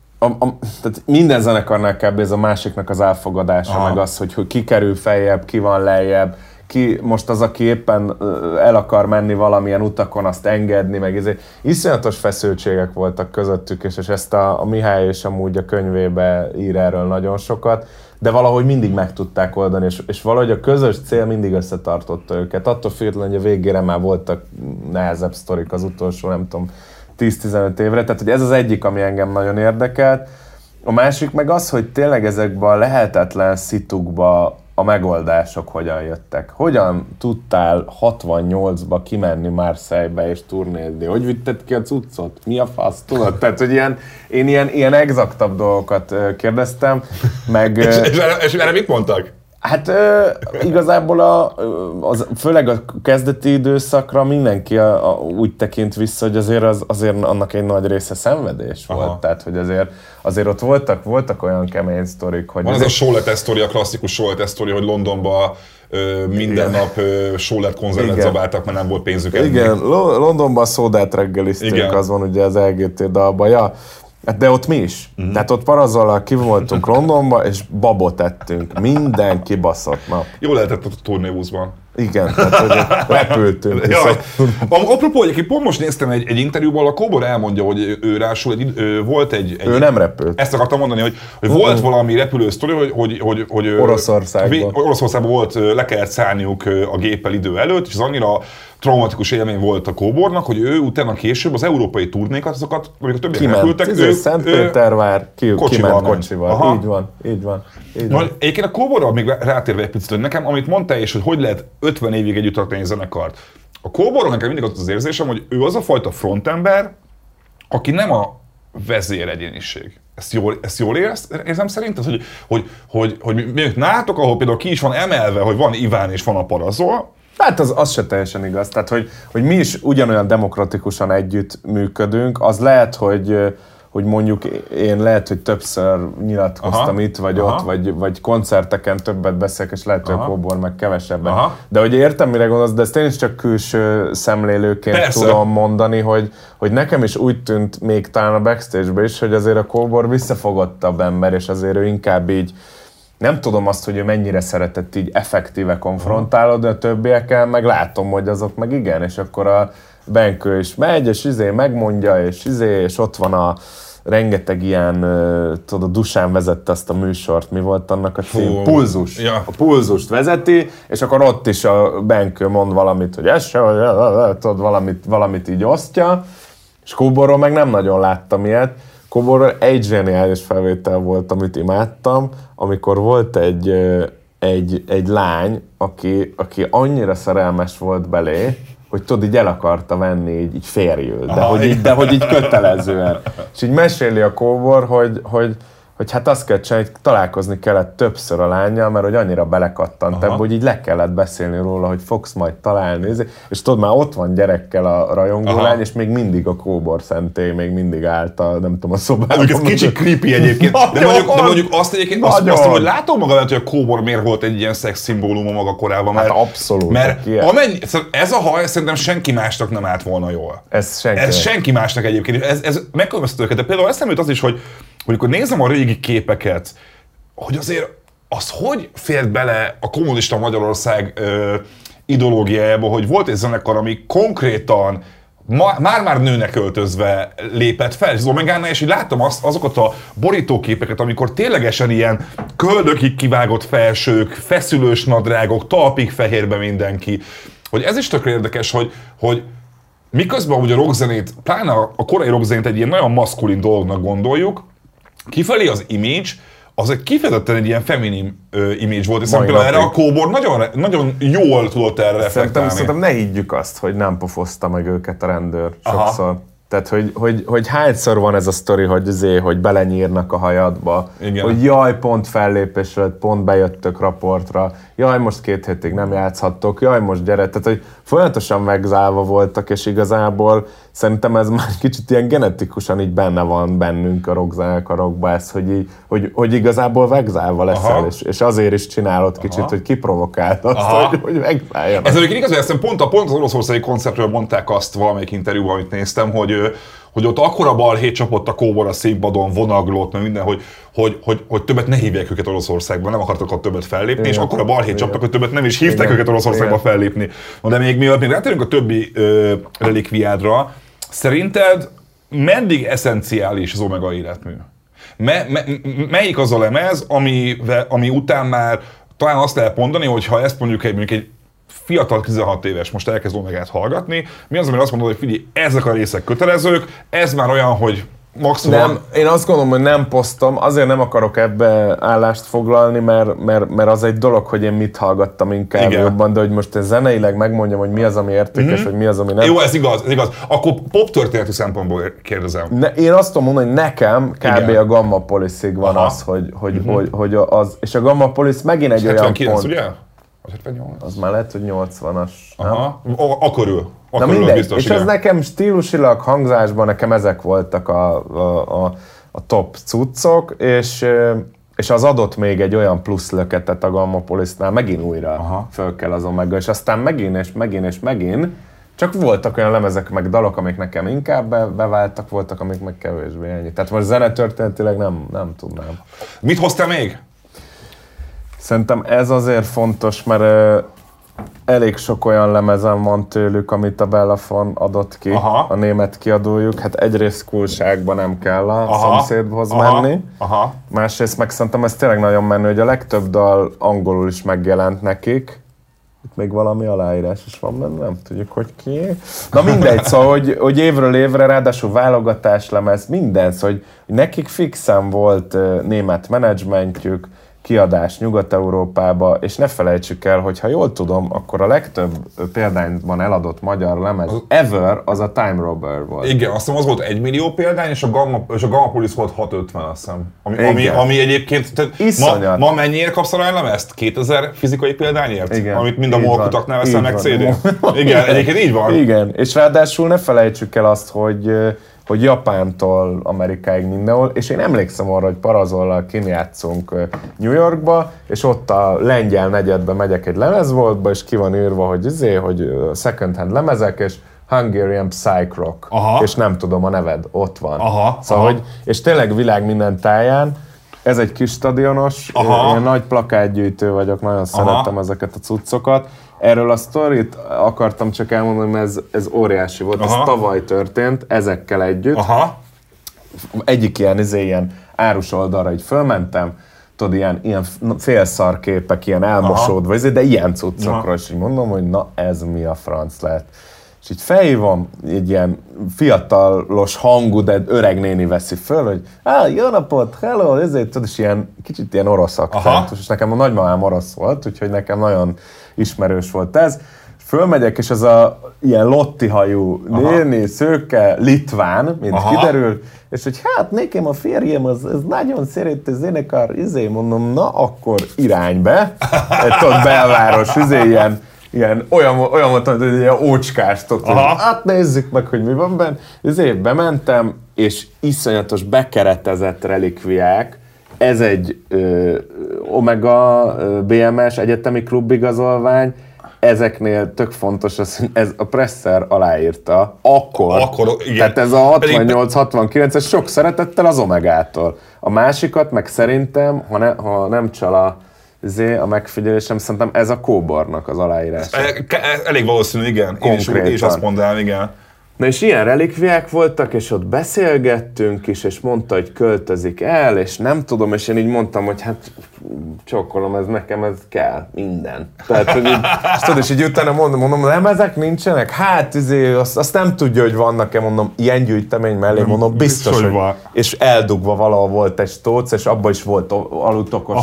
tehát minden zenekarnál kb. Ez a másiknak az elfogadása, meg az, hogy ki kerül feljebb, ki van lejjebb, ki most az, aki éppen el akar menni valamilyen utakon, azt engedni, meg ezért iszonyatos feszültségek voltak közöttük, és ezt a Mihály és amúgy a könyvébe ír erről nagyon sokat, de valahogy mindig meg tudták oldani, és valahogy a közös cél mindig összetartotta őket. Attól függetlenül, hogy a végére már voltak nehezebb sztorik az utolsó, nem tudom, 10-15 évre, tehát hogy ez az egyik, ami engem nagyon érdekelt. A másik meg az, hogy tényleg ezekben a lehetetlen szitukba a megoldások hogyan jöttek. Hogyan tudtál 68-ba kimenni Marseille-be és turnézni? Hogy vitted ki a cuccot? Mi a fasz? Tudod? Tehát, hogy én ilyen exaktabb dolgokat kérdeztem, meg... és erre mit mondtak? Hát igazából főleg a kezdeti időszakra mindenki úgy tekint vissza, hogy azért annak egy nagy része szenvedés volt. Aha. Tehát, hogy azért ott voltak olyan kemény sztorik, hogy... Van ez a sóletes sztori, a klasszikus sóletes sztori, hogy Londonban minden nap sólet konzervet zabáltak, mert nem volt pénzük enni. Igen, Londonban szódát reggeliztünk, az van ugye az LGT dalban. Ja. De ott mi is. Tehát ott parazollal ki voltunk Londonba, és babot ettünk. Minden kibaszott nap. Jól lehetett a turnébuszban. Igen, tehát repültünk. Apropó, egyébként pont most néztem egy interjúban, a Kóbor elmondja, hogy ő rásul volt egy... Ő nem repült. Ezt akartam mondani, hogy volt valami repülő sztori, hogy Oroszországban volt, le kellett szállniuk a géppel idő előtt, és az annyira traumatikus élmény volt a Kóbornak, hogy ő utána később az európai turnékat, azokat, amikor többiek repültek, Szentpétervár, kiment kocsival. Így van. Egyébként a Kóborral még rátérve egy picit, hogy nekem, amit mondtál, és hogy lehet 50 évig együtt tartani egy zenekart. A Kóborról nekem mindig az érzésem, hogy ő az a fajta frontember, aki nem a vezéregyéniség. Ezt jól érzem szerint? Hogy mi nálatok, ahol például ki is van emelve, hogy van Iván és van a Parazol. Hát az se teljesen igaz. Tehát, hogy mi is ugyanolyan demokratikusan együtt működünk, az lehet, hogy mondjuk én lehet, hogy többször nyilatkoztam itt, vagy ott, vagy koncerteken többet beszélek, és lehet, hogy a Kóbor meg kevesebben. De hogy értem, mire gondolsz, de ezt én is csak külső szemlélőként tudom mondani, hogy nekem is úgy tűnt még talán a backstage-ben is, hogy azért a Kóbor visszafogottabb ember, és azért ő inkább így nem tudom azt, hogy ő mennyire szeretett így effektíve konfrontálódni a többiekkel, meg látom, hogy azok meg igen, és akkor a Benkő is megy, és megmondja, és ott van a rengeteg ilyen, tudod, Dusán vezette azt a műsort, mi volt annak a cím? Pulzus. Ja. A Pulzust vezeti, és akkor ott is a Benkő mond valamit, hogy ez se, tudod, valamit így osztja, és Kóborról meg nem nagyon láttam ilyet. Kóborról egy zseniális felvétel volt, amit imádtam, amikor volt egy lány, aki annyira szerelmes volt belé, hogy tudod, így el akarta venni így férjül, de hogy így kötelezően. És így meséli a Kóbor, hogy hát azt kell csinálni, hogy találkozni kellett többször a lánnyal, mert hogy annyira belekattant ebbe, hogy így le kellett beszélni róla, hogy fogsz majd találni. És tudod, már ott van gyerekkel a rajongó lány, és még mindig a Kóbor szentély még mindig állt a, nem tudom, a szobában. Ez kicsit creepy egyébként, de mondjuk azt egyébként, azt mondom, hogy látom magam, hogy a Kóbor miért volt egy ilyen szex szimbóluma maga korában. Hát abszolút. Mert ez a haj szerintem senki másnak nem állt volna jól. Ez senki másnak egyébként. Ez megkülönböztető őket, de például eszembe jut az is, hogy amikor nézem a régi képeket, hogy azért az hogy fért bele a kommunista Magyarország ideológiájába, hogy volt egy zenekar, ami konkrétan már nőnek öltözve lépett fel, és az Omegánál, és így láttam azokat a borítóképeket, amikor ténylegesen ilyen köldökig kivágott felsők, feszülős nadrágok, talpig fehérbe mindenki. Hogy ez is tökre érdekes, hogy miközben ugye a rockzenét, pláne a korai rockzenét egy ilyen nagyon maszkulin dolognak gondoljuk, kifelé az image, az egy kifejezetten egy ilyen feminin image volt, és például erre a Kóbor nagyon jól tudott erre reflektálni. Szerintem ne higgyük azt, hogy nem pofozta meg őket a rendőr sokszor. Aha. Tehát, hogy hányszor van ez a sztori, hogy belenyírnak a hajadba, igen. Hogy jaj, pont fellépésre lett, pont bejöttök raportra, jaj, most 2 hétig nem játszhattok, jaj, most gyere. Tehát, hogy folyamatosan megzálva voltak, és igazából szerintem ez már kicsit ilyen genetikusan így benne van bennünk a rockzenekarokban ez, hogy igazából megzálva leszel, és azért is csinálod kicsit, hogy kiprovokáld azt, hogy megzáljanak. Ez egyébként igaz, hogy pont az oroszországi koncertről mondták azt valamelyik interjúban, amit néztem, hogy ott akkora balhét csapott a Kóbor a színpadon, vonaglott, meg minden, hogy többet ne hívják őket Oroszországban, nem akartak ott többet fellépni, igen, és akkora balhét csaptak, hogy többet nem is hívták őket Oroszországba fellépni. De még mielőtt rátérünk a többi relikviádra, szerinted meddig eszenciális az Omega életmű? Melyik az a lemez, ami után már talán azt lehet mondani, hogy ha ezt mondjuk egy fiatal 16 éves most elkezd Omegát hallgatni, mi az, amire azt mondod, hogy figyelj, ezek a részek kötelezők, ez már olyan, hogy maximum... Nem, én azt gondolom, hogy nem posztom, azért nem akarok ebbe állást foglalni, mert az egy dolog, hogy én mit hallgattam inkább jobban, de hogy most zeneileg megmondjam, hogy mi az, ami értékes, vagy mi az, ami nem. Jó, ez igaz. Akkor pop történeti szempontból kérdezem. Én azt tudom mondani, hogy nekem kb. A Gamma Police-ig van az, hogy az, és a Gamma Police megint egy 79, olyan pont... ugye? 78. Az már lehet, hogy 80-as. Aha, körül. Na mindegy, és az nekem stílusilag, hangzásban nekem ezek voltak a top cuccok, és az adott még egy olyan plusz löketet a Gamma Police-nál, megint újra föl kell az Omega, és aztán megint, csak voltak olyan lemezek meg dalok, amik nekem inkább beváltak, voltak, amik meg kevésbé ennyi. Tehát most zenetörténetileg nem tudnám. Mit hoztál még? Szerintem ez azért fontos, mert elég sok olyan lemezem van tőlük, amit a Bellafon adott ki, a német kiadójuk. Hát egyrészt coolságban nem kell a szomszédhoz menni. Másrészt meg szerintem ez tényleg nagyon menő, hogy a legtöbb dal angolul is megjelent nekik. Itt még valami aláírás is van benne, nem tudjuk, hogy ki. Na mindegy, szóval, hogy évről évre, ráadásul válogatás lemez, minden, szóval, hogy nekik fixen volt német menedzsmentjük, kiadás Nyugat-Európába, és ne felejtsük el, hogy ha jól tudom, akkor a legtöbb példányban eladott magyar lemez ever az a Time Robber volt. Igen, azt hiszem az volt 1 millió példány, és a Gamma Police volt 650, azt hiszem. Ami egyébként, ma mennyiért kapsz a lemezt? 2000 fizikai példányért? Igen. Amit mind a molkutaknál veszel meg CD-n? Igen, egyébként így van. Igen, és ráadásul ne felejtsük el azt, hogy Japántól Amerikáig mindenhol, és én emlékszem arra, hogy Parazollal kinjátszunk New Yorkba, és ott a lengyel negyedbe megyek egy lemezboltba, és ki van írva, hogy second hand lemezek, és Hungarian Psych Rock, és nem tudom a neved, ott van. Szóval, és tényleg világ minden táján, Ez egy kis stadionos, én nagy plakátgyűjtő vagyok, nagyon szerettem ezeket a cuccokat. Erről a sztorit akartam csak elmondani, mert ez óriási volt, ez tavaly történt, ezekkel együtt. Egyik ilyen árus oldalra így fölmentem, tudod, ilyen félszarképek, ilyen elmosódva, de ilyen cuccokról, és így mondom, hogy na ez mi a franc lehet. És így felhívom, egy ilyen fiatalos hangú, de öreg néni veszi föl, hogy jó napot, hello, ezért tudod, és ilyen, kicsit ilyen orosz akcentus, és nekem a nagymamám orosz volt, úgyhogy nekem nagyon ismerős volt ez. Fölmegyek, és ez a ilyen lotti-hajú néni, szőke, litván, mint kiderül, és hogy hát nekem a férjem az nagyon szereti zenekar, mondom, na akkor irány be, egy belváros, ilyen olyan mondtam, hogy ilyen ócskás, hát nézzük meg, hogy mi van benne. Bementem, és iszonyatos bekeretezett relikviák. Ez egy Omega BMS egyetemi klubigazolvány. Ezeknél tök fontos az, hogy ez a Presser aláírta akkor igen. Tehát ez a 68-69-es sok szeretettel az Omegától. A másikat meg szerintem, ha nem csal a megfigyelésem, szerintem ez a Kóbornak az aláírása. Elég valószínű, igen. Én is azt mondanám, igen. Na és ilyen relikviák voltak, és ott beszélgettünk is, és mondta, hogy költözik el, és nem tudom, és én így mondtam, hogy hát csókolom, nekem ez kell, minden. Tehát, hogy így, és tudod, és így utána mondom, lemezek nincsenek? Hát azt nem tudja, hogy vannak-e, mondom, ilyen gyűjtemény mellé, mondom, biztos, hogy van. És eldugva valahol volt egy stóc, és abban is volt alutokos,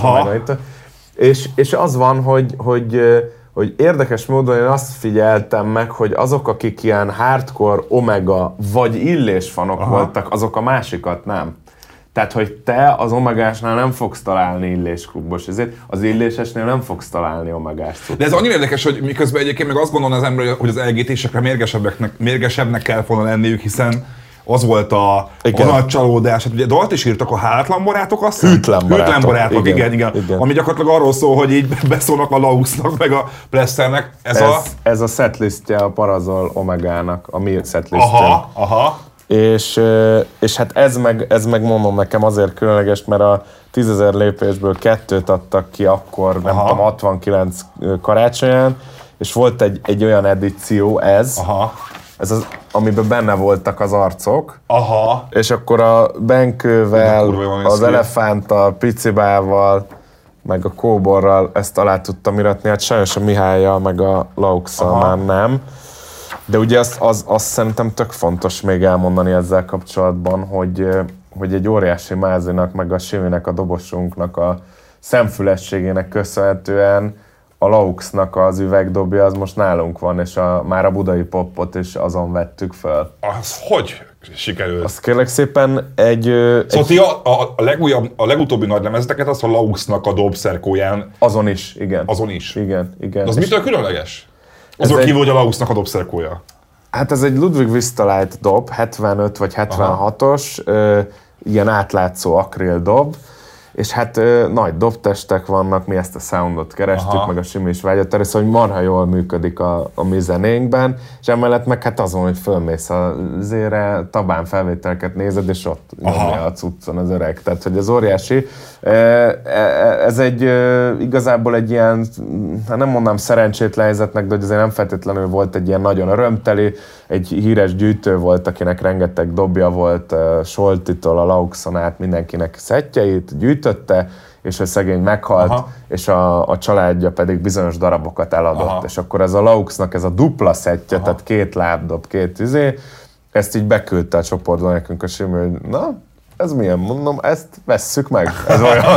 és az van, hogy érdekes módon én azt figyeltem meg, hogy azok, akik ilyen hardcore Omega vagy Illés fanok voltak, azok a másikat nem. Tehát, hogy te az Omegásnál nem fogsz találni Illés klubos, ezért az Illésesnél nem fogsz találni Omegás cuccot. De ez annyira érdekes, hogy miközben egyébként meg azt gondolom az ember, hogy az LGT-sekre mérgesebbnek kell volna lenniük, hiszen az volt a nagy csalódás. Hát ugye dalt is írtak a Hátlan barátok, azt Hűtlen barátok, igen. Ami gyakorlatilag arról szól, hogy így beszólnak a Lauxnak, meg a Pressernek. Ez a setlistje a Parazol Omegának, a mi setlistje. És hát ez meg mondom nekem azért különleges, mert a 10 000 lépésből 2 adtak ki akkor, nem tudom, 69 karácsonyán, és volt egy olyan edíció, ez az, amiben benne voltak az arcok, és akkor a Benkővel, az Elefánttal, Picibával, meg a Kóborral ezt alá tudtam iratni, hát sajnos a Mihállyal, meg a Lauxal már nem. De ugye azt szerintem tök fontos még elmondani ezzel kapcsolatban, hogy egy óriási Mázinak, meg a Siminek, a dobosunknak a szemfülességének köszönhetően a Lauxnak az üvegdobja az most nálunk van, és már a Budai Popot is azon vettük föl. Az hogy sikerült? Azt kérlek szépen Szóval ti a legutóbbi nagy lemezeteket azt a Lauxnak a dobszerkóján... Azon is, igen. Azon is? Igen. De az mitől különleges? Azon kívül, hogy a Lauxnak a dobszerkója? Hát ez egy Ludwig Vistalite dob, 75 vagy 76-os, ilyen átlátszó akril dob, és hát nagy dobtestek vannak, mi ezt a soundot kerestük, meg a Simi is vágyott erre, szóval marha jól működik a mi zenénkben, és emellett meg hát azon, hogy fölmész a zére, tabán felvételeket nézed, és ott nyomja a cuccon az öreg, tehát hogy ez óriási. Ez igazából egy ilyen, hát nem mondom szerencsétlen helyzetnek, de hogy azért nem feltétlenül volt egy ilyen nagyon örömteli, egy híres gyűjtő volt, akinek rengeteg dobja volt, Soltitól a Lauxon át mindenkinek szettjeit gyűjtötte, és a szegény meghalt, és a családja pedig bizonyos darabokat eladott. És akkor ez a Lauxnak ez a dupla szettje, tehát 2 lábdob, 2 ezt így beküldte a csoportba nekünk a Simi, hogy na, ez milyen, mondom, ezt vesszük meg, ez olyan.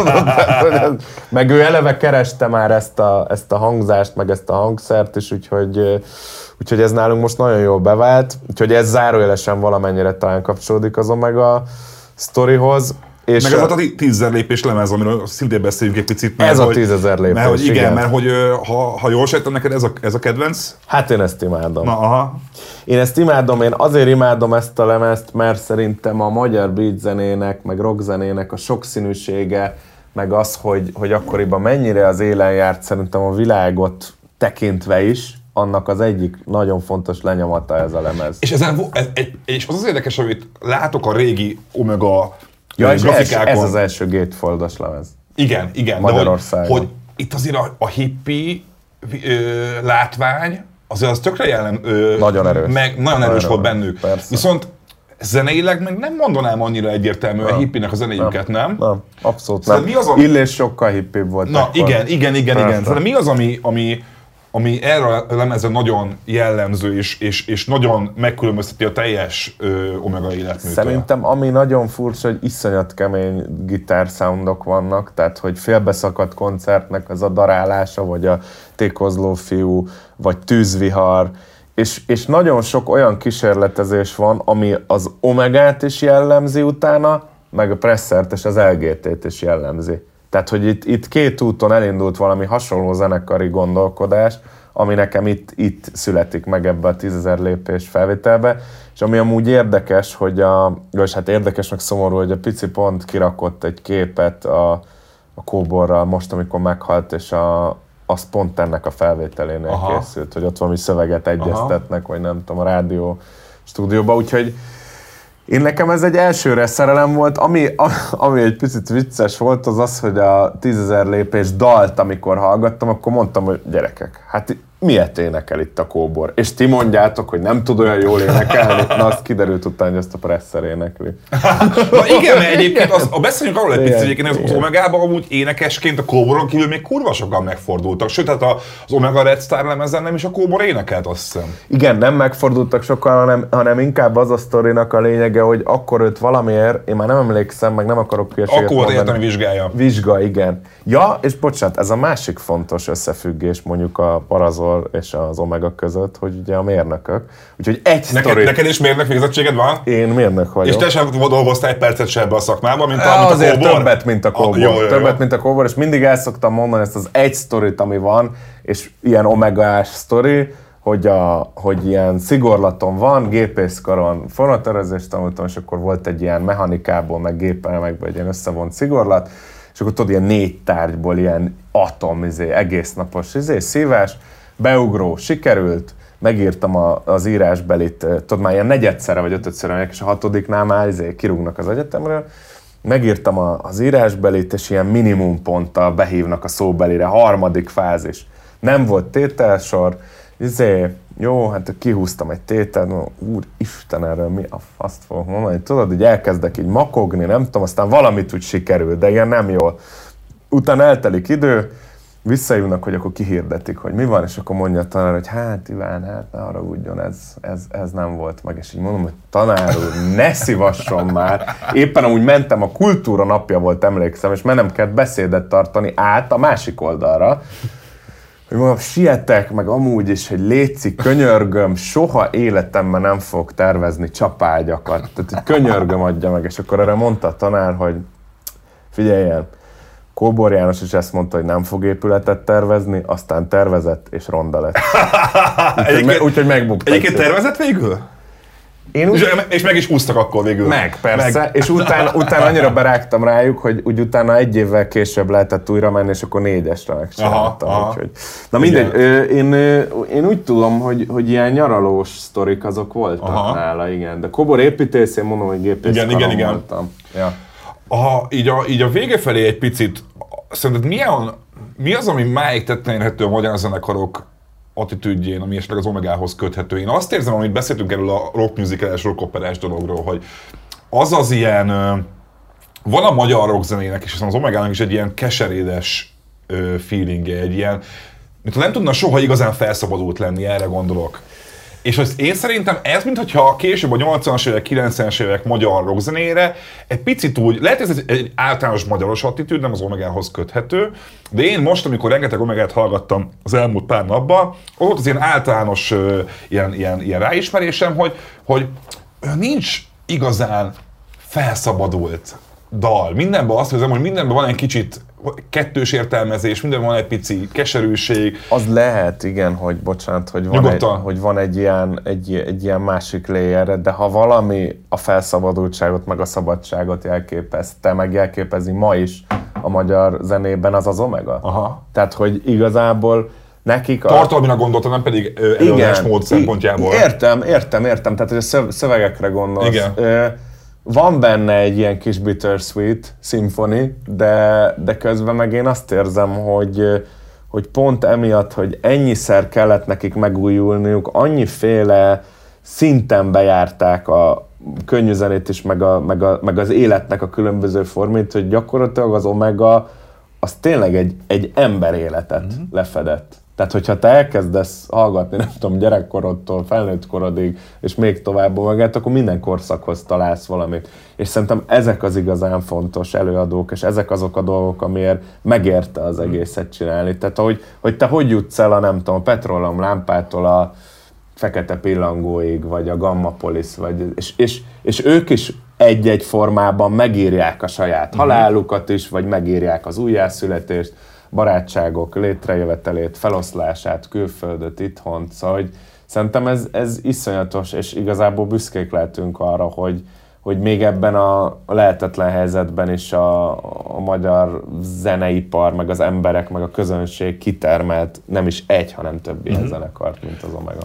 Meg ő eleve kereste már ezt a hangzást, meg ezt a hangszert is, úgyhogy ez nálunk most nagyon jól bevált, úgyhogy ez zárójelesen valamennyire talán kapcsolódik az Omega sztorihoz. És meg az a 10 000 lépés lemez, amiről szintén beszéljünk egy picit. Ez a 10 000 lépés, mert, hogy igen. Mert hogy ha jól sejtem, neked ez a kedvenc? Hát én ezt imádom. Én ezt imádom, én azért imádom ezt a lemezt, mert szerintem a magyar beat zenének, meg rock zenének a sokszínűsége, meg az, hogy akkoriban mennyire az élen járt szerintem a világot tekintve is, annak az egyik nagyon fontos lenyomata ez a lemez. És az az érdekes, amit látok a régi Omega Ja, és ez az első gatefoldos lemez. Igen, Magyarországon. De hogy itt azért a hippie látvány, azért az tökre nagyon erős. Nagyon erős volt bennük. Persze. Viszont zeneileg meg nem mondanám annyira egyértelműen a hippinek a zenéjüket, nem? Nem, abszolút nem. Illés sokkal hippibb volt. Na akkor. Igen. Szóval mi az, ami erre a lemezre nagyon jellemző, és nagyon megkülönbözteti a teljes Omega életműtől? Szerintem ami nagyon furcsa, hogy iszonyat kemény gitársoundok vannak, tehát hogy félbeszakadt koncertnek az a darálása, vagy a Tékozló fiú, vagy Tűzvihar, és nagyon sok olyan kísérletezés van, ami az Omegát is jellemzi utána, meg a Pressert és az LGT-t is jellemzi. Tehát, hogy itt két úton elindult valami hasonló zenekari gondolkodás, ami nekem itt születik meg ebbe a 10 000 lépés felvételbe, és ami amúgy érdekes, és hát érdekes meg szomorú, hogy a Pici pont kirakott egy képet a Kóborral most, amikor meghalt, és az pont ennek a felvételénél készült, hogy ott valami szöveget egyeztetnek, vagy nem tudom, a rádió stúdióban, úgyhogy én nekem ez egy elsőre szerelem volt, ami egy picit vicces volt, az, hogy a 10 000 lépés dalt, amikor hallgattam, akkor mondtam, hogy gyerekek, hát miért énekel itt a Kóbor? És ti mondjátok, hogy nem tud olyan jól énekelni. Na, azt kiderült utána, hogy ezt a Presser énekli. Na igen, mert egyébként beszéljünk arról egy picit, hogy az Omegában amúgy énekesként a Kóboron kívül még kurva sokan megfordultak. Sőt, hát az Omega Red Star lemezen nem is a Kóbor énekelt, azt hiszem. Igen, nem megfordultak sokan, hanem inkább az a sztorinak a lényege, hogy akkor őt valamiért, én már nem emlékszem, meg nem akarok hülyeséget mondani. Akkor volt vizsgája. Vizsga, igen. Ja, és bocsánat, ez a másik fontos összefüggés mondjuk a Parazol és az Omega között, hogy ugye a mérnökök. Úgyhogy egy sztori... Neked is mérnök végzettséged van? Én mérnök vagyok. És te sem dolgoztál egy percet se ebbe a szakmában, mint a azért Kóbor? Többet, mint a Kóbor. Többet, mint a Kóbor, és mindig el szoktam mondani ezt az egy sztorit, ami van, és ilyen Omega-ás sztori, hogy ilyen szigorlaton van, gépészkaron formatervezést tanultam, és akkor volt egy ilyen mechanikából, meg gépelemekből egy ilyen összevont szigorlat, és akkor tudod, ilyen 4 tárgyból ilyen atom, egész napos szívás, beugró, sikerült, megírtam az írásbelit, tudod már ilyen negyedszerre vagy ötödszerre, és a 6-nál már kirúgnak az egyetemről, megírtam az írásbelit, és ilyen minimum ponttal behívnak a szóbelire, 3. fázis. Nem volt tételsor, jó, hát kihúztam egy tételt, úristen, erről mi a faszt fogok mondani, tudod, így elkezdek így makogni, nem tudom, aztán valamit úgy sikerül, de ilyen nem jól. Utána eltelik idő, visszajönnek, hogy akkor kihirdetik, hogy mi van, és akkor mondja a tanár, hogy hát Iván, hát ne haragudjon, ez nem volt meg. És így mondom, hogy tanár úr, ne szívasson már. Éppen amúgy mentem, a kultúra napja volt, emlékszem, és mennem kellett beszédet tartani át a másik oldalra. Hogy mondom, sietek, meg amúgy is, hogy létszik, könyörgöm, soha életemben nem fog tervezni csapágyakat. Tehát, hogy könyörgöm, adja meg. És akkor erre mondta a tanár, hogy figyeljen, Kóbor János is ezt mondta, hogy nem fog épületet tervezni, aztán tervezett és ronda lett. Úgyhogy megbuktak. Egyébként tervezett végül? És meg is úsztak akkor végül. Meg, persze. Meg. És utána annyira berágtam rájuk, hogy úgy utána 1 évvel később lehetett újra menni, és akkor 4-esre megcsináltam. Úgyhogy. Na mindegy, én úgy tudom, hogy ilyen nyaralós sztorik azok voltak nála, igen. De Kóbor építész, én mondom, hogy gépészkaron voltam. Ja. Így a vége felé egy picit, szerinted mi az, ami máig tetten érhető a magyar zenekarok attitűdjén, ami esetleg az Omegához köthető? Én azt érzem, amit beszéltünk erről a rock musical-es, rock operás dologról, hogy az ilyen, van a magyar rockzenének és az Omegának is egy ilyen keserédes feelingje, egy ilyen, mintha nem tudna soha igazán felszabadult lenni, erre gondolok. És én szerintem ez, mintha később a 80-as évek, 90-es évek magyar rockzenére egy picit úgy, lehet ez egy általános magyaros attitűd, nem az Omegához köthető, de én most, amikor rengeteg Omegát hallgattam az elmúlt pár napban, az volt az ilyen általános ilyen ráismerésem, hogy nincs igazán felszabadult dal. Mindenben azt hiszem, hogy mindenben van egy kicsit kettős értelmezés, mindenben van egy pici keserűség. Az lehet, igen, hogy bocsánat, hogy van egy ilyen másik layer, de ha valami a felszabadultságot, meg a szabadságot jelképezte, meg jelképezi ma is a magyar zenében, az az Omega. Aha. Tehát, hogy igazából nekik tartalminak gondoltam, nem pedig előadásmód szempontjából. Értem. Tehát, hogy a szövegekre gondolsz. Igen. van benne egy ilyen kis bittersweet szimfoni, de közben meg én azt érzem, hogy pont emiatt, hogy ennyiszer kellett nekik megújulniuk, annyiféle szinten bejárták a könnyű zenét is, meg az életnek a különböző formát, hogy gyakorlatilag az Omega az tényleg egy ember életet lefedett. Tehát, hogyha te elkezdesz hallgatni, nem tudom, gyerekkorodtól, felnőtt korodig, és még tovább magát, akkor minden korszakhoz találsz valamit. És szerintem ezek az igazán fontos előadók, és ezek azok a dolgok, amiért megérte az egészet csinálni. Tehát, hogy te hogy jutsz el a, nem tudom, a Petroleum lámpától a Fekete pillangóig, vagy a Gamma Police, és ők is egy-egy formában megírják a saját halálukat is, vagy megírják az újjászületést, barátságok létrejövetelét, feloszlását, külföldöt, itthont, szóval hogy szerintem ez iszonyatos, és igazából büszkék lehetünk arra, hogy még ebben a lehetetlen helyzetben is a magyar zeneipar, meg az emberek, meg a közönség kitermelt nem is egy, hanem több ilyen zenekart, mint az Omega.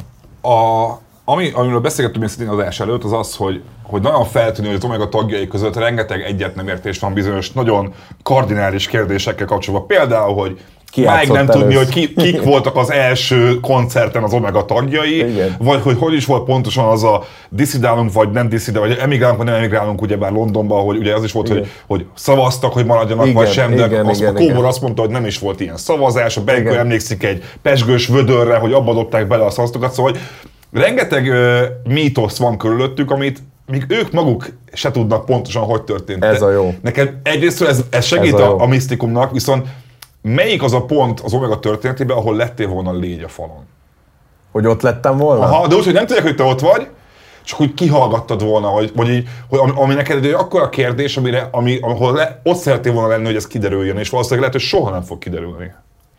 Amiről beszélgettünk még szintén az adás előtt, az az, hogy nagyon feltűnő, hogy az Omega tagjai között rengeteg egyet nem értés van bizonyos nagyon kardinális kérdésekkel kapcsolatban. Például, hogy meg nem tudni, hogy kik voltak az első koncerten az Omega tagjai, igen. Vagy hogy is volt pontosan az a diszidálunk, vagy nem diszidálunk, vagy emigrálunk, vagy nem emigrálunk ugyebár Londonban, hogy ugye az is volt, hogy szavaztak, hogy maradjanak, igen, vagy sem, de a Kóbor azt mondta, hogy nem is volt ilyen szavazás, a Benkő emlékszik egy pezsgős vödörre, hogy abba dobták bele a szavazatokat, szóval rengeteg mítosz van körülöttük, amit még ők maguk se tudnak pontosan, hogy történt. Ez a jó. Nekem egyrészt ez segít a misztikumnak, viszont melyik az a pont az Omega történetében, ahol lettél volna légy a falon? Hogy ott lettem volna? Aha, de úgy, hogy nem tudják, hogy te ott vagy, csak úgy kihallgattad volna, ami neked egy akkora kérdés, ahol ott szeretnél volna lenni, hogy ez kiderüljön, és valószínűleg lehet, hogy soha nem fog kiderülni.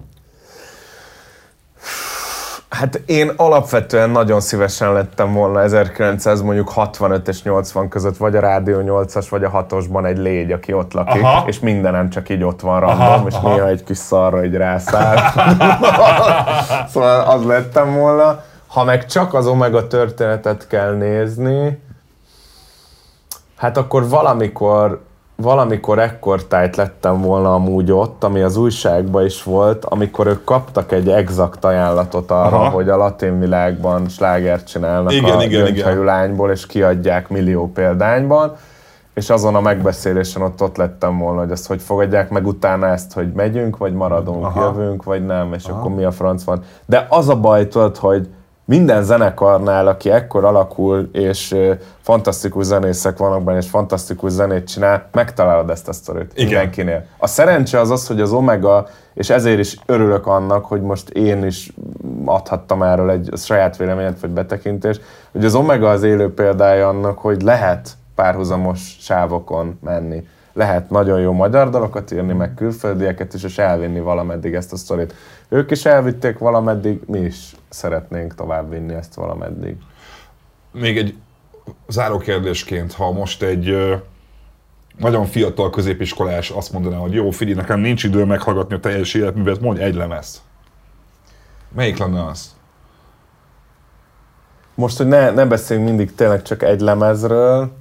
Hát én alapvetően nagyon szívesen lettem volna 1965 és 80 között vagy a Rádió 8-as, vagy a 6-osban egy légy, aki ott lakik, és mindenem csak így ott van random, és néha egy kis szarra így rászáll. Szóval az lettem volna. Ha meg csak az Omega történetet kell nézni, hát akkor valamikor ekkortájt lettem volna amúgy ott, ami az újságban is volt, amikor ők kaptak egy exakt ajánlatot arra, hogy a latin világban slágert csinálnak a gyöngyhajú lányból, és kiadják millió példányban, és azon a megbeszélésen ott lettem volna, hogy ezt hogy fogadják meg utána ezt, hogy megyünk, vagy maradunk, jövünk, vagy nem, és akkor mi a franc van. De az a baj, tudod, hogy minden zenekarnál, aki ekkor alakul, és fantasztikus zenészek vannak benne, és fantasztikus zenét csinál, megtalálod ezt a sztorit mindenkinél. A szerencse az, hogy az Omega, és ezért is örülök annak, hogy most én is adhattam erről egy saját véleményet, vagy betekintést, hogy az Omega az élő példája annak, hogy lehet párhuzamos sávokon menni. Lehet nagyon jó magyar dalokat írni, meg külföldieket is, és elvinni valameddig ezt a sztorit. Ők is elvitték valameddig, mi is szeretnénk továbbvinni ezt valameddig. Még egy záró kérdésként, ha most egy nagyon fiatal középiskolás azt mondaná, hogy jó, figyelj, nekem nincs idő meghallgatni a teljes életművet, mondj egy lemez. Melyik lenne az? Most, hogy ne beszéljünk mindig tényleg csak egy lemezről,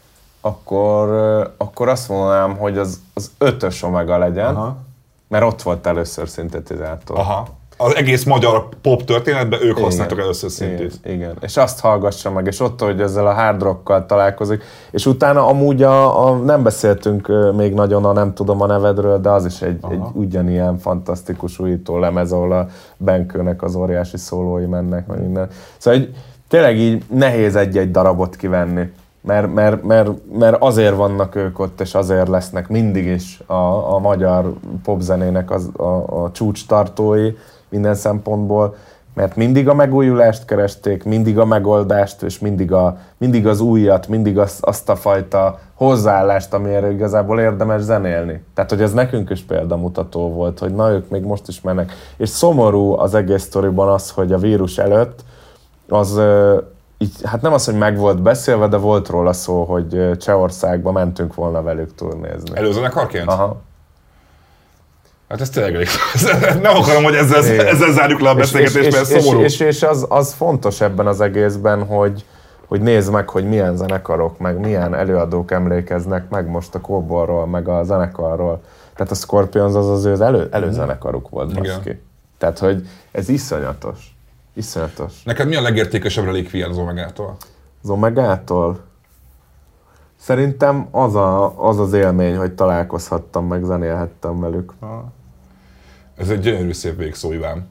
akkor azt mondanám, hogy az 5-ös Omega legyen, mert ott volt először szintetizátor. Az egész magyar pop történetben ők használtak először szintét. Igen, és azt hallgassa meg, és ott, hogy ezzel a hard rockkal találkozik, és utána amúgy nem beszéltünk még nagyon a Nem tudom a nevedről, de az is egy ugyanilyen fantasztikus újító lemez, ahol a Benkőnek az óriási szólói mennek, meg minden. Szóval tényleg így nehéz egy-egy darabot kivenni. Mert azért vannak ők ott, és azért lesznek mindig is a magyar popzenének a csúcstartói minden szempontból, mert mindig a megújulást keresték, mindig a megoldást, és mindig az újat, mindig azt a fajta hozzáállást, amire igazából érdemes zenélni. Tehát, hogy ez nekünk is példamutató volt, hogy na, ők még most is mennek. És szomorú az egész sztoriban az, hogy a vírus előtt az... Így, hát nem az, hogy meg volt beszélve, de volt róla szó, hogy Csehországba mentünk volna velük turnézni. Előzenekarként? Aha. Hát ez tényleg elég. Nem akarom, hogy ezzel zárjuk le a beszélgetést, mert szomorú. És az fontos ebben az egészben, hogy nézd meg, hogy milyen zenekarok, meg milyen előadók emlékeznek meg most a kóborról, meg a zenekarról. Tehát a Scorpions az ő előzenekaruk volt, baszki. Tehát, hogy ez iszonyatos. Iszonyatos. Neked mi a legértékesebb relikviád az Omegától? Az Omegától? Szerintem az az élmény, hogy találkozhattam, meg zenélhettem velük. Ez egy gyönyörű szép végszó, Iván.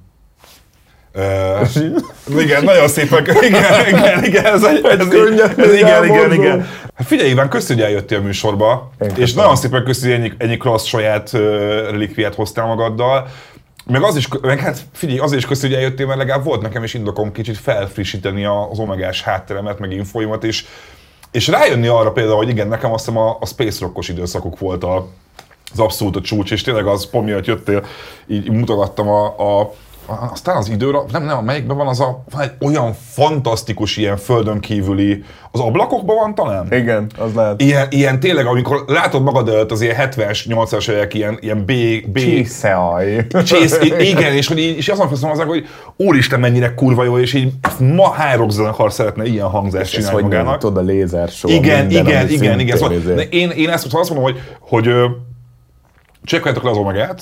Igen, nagyon szépen, igen, ez igen. Hát figyelj, Iván, köszi, hogy eljöttél a műsorba, és nagyon szépen köszi, hogy ennyi klassz saját relikviát hoztál magaddal. Meg hát figyelj, azért is köszi, hogy eljöttél, mert legalább volt nekem is indokom kicsit felfrissíteni az Omegás hátteremet, meg infóimat is, és rájönni arra például, hogy igen, nekem azt hiszem a Space Rockos időszakok volt az abszolút a csúcs, és tényleg az pont miatt jöttél, így mutogattam aztán az időre, nem, melyikben van van egy olyan fantasztikus ilyen földön kívüli, az ablakokban van talán? Igen, az lehet. Ilyen tényleg, amikor látod magad előtt az ilyen 70-es, 80-as évek ilyen Csészeaj. Igen, és azon feszem hogy úristen mennyire kurva jó, és így ma 3 zenekar szeretne ilyen hangzást csinálni magának. Tudod, a lézer show. Igen. Szóval, én ezt azt mondom, hogy csekkoljátok le az Omegát,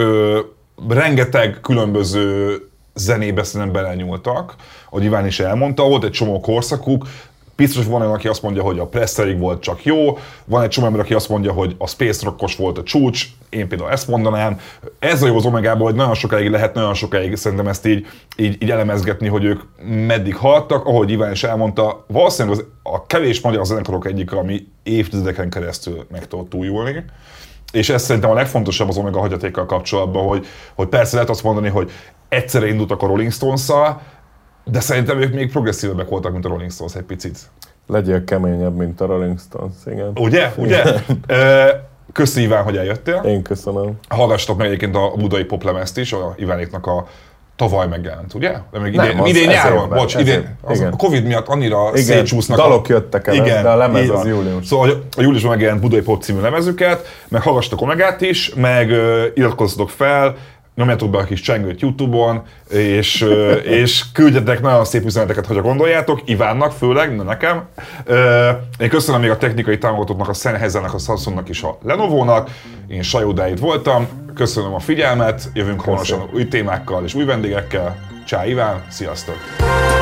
rengeteg különböző zenébe szerintem belenyúltak, ahogy Iván is elmondta, volt egy csomó korszakuk, biztos van olyan, aki azt mondja, hogy a Presterig volt csak jó, van egy csomó ember, aki azt mondja, hogy a Space Rockos volt a csúcs, én például ezt mondanám. Ez a jó az Omegában, hogy nagyon sokáig szerintem ezt így elemezgetni, hogy ők meddig haltak, ahogy Iván is elmondta, valószínűleg a kevés magyar zenekarok egyik, ami évtizedeken keresztül meg tudott újulni. És ez szerintem a legfontosabb az Omega hagyatékkal kapcsolatban, hogy persze lehet azt mondani, hogy egyszerre indultak a Rolling Stones-szal, de szerintem ők még progresszívebbek voltak, mint a Rolling Stones egy picit. Legyél keményebb, mint a Rolling Stones, igen. Ugye? Köszi, Iván, hogy eljöttél. Én köszönöm. Hallgassatok meg egyébként a budai poplemezt is, a Ivánéknak a tavaly megjelent, ugye? De még idén nyáron, bocs, idén. A Covid miatt annyira szétcsúsznak. Dalok jöttek el, de a lemez az július. Szóval a júliusban megjelent Budai Pop című lemezüket, meg hallgassatok Omegát is, meg iratkozzatok fel, nyomjátok be a kis csengőt YouTube-on, és küldjetek nagyon szép üzeneteket, hogyha gondoljátok, Ivánnak főleg, ne nekem. Én köszönöm még a technikai támogatóknak, a Sennheisernek, a Samsungnak és a Lenovo-nak. Én Sajó Dávid voltam, köszönöm a figyelmet, jövünk hamarosan új témákkal és új vendégekkel. Csá Iván, sziasztok!